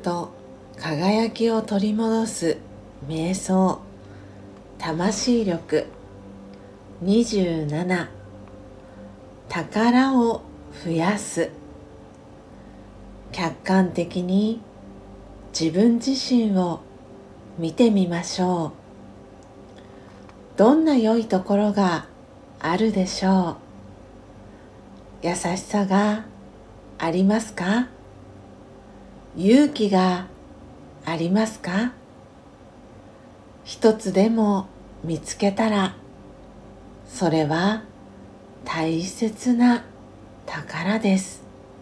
と輝きを取り戻す瞑想魂力27、宝を増やす。客観的に自分自身を見てみましょう。どんな良いところがあるでしょう。優しさがありますか？勇気がありますか？一つでも見つけたら、それは大切な宝です。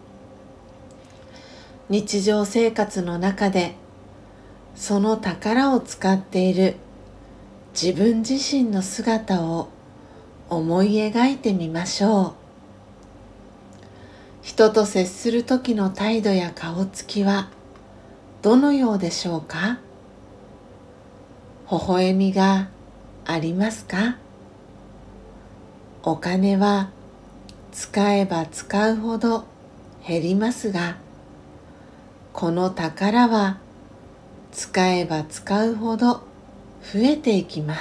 日常生活の中でその宝を使っている自分自身の姿を思い描いてみましょう。人と接する時の態度や顔つきはどのようでしょうか？微笑みがありますか？お金は使えば使うほど減りますが、この宝は使えば使うほど増えていきます。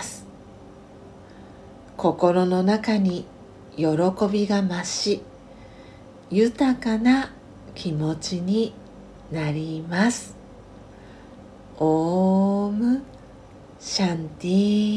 心の中に喜びが増し、豊かな気持ちになります。オームシャンティ。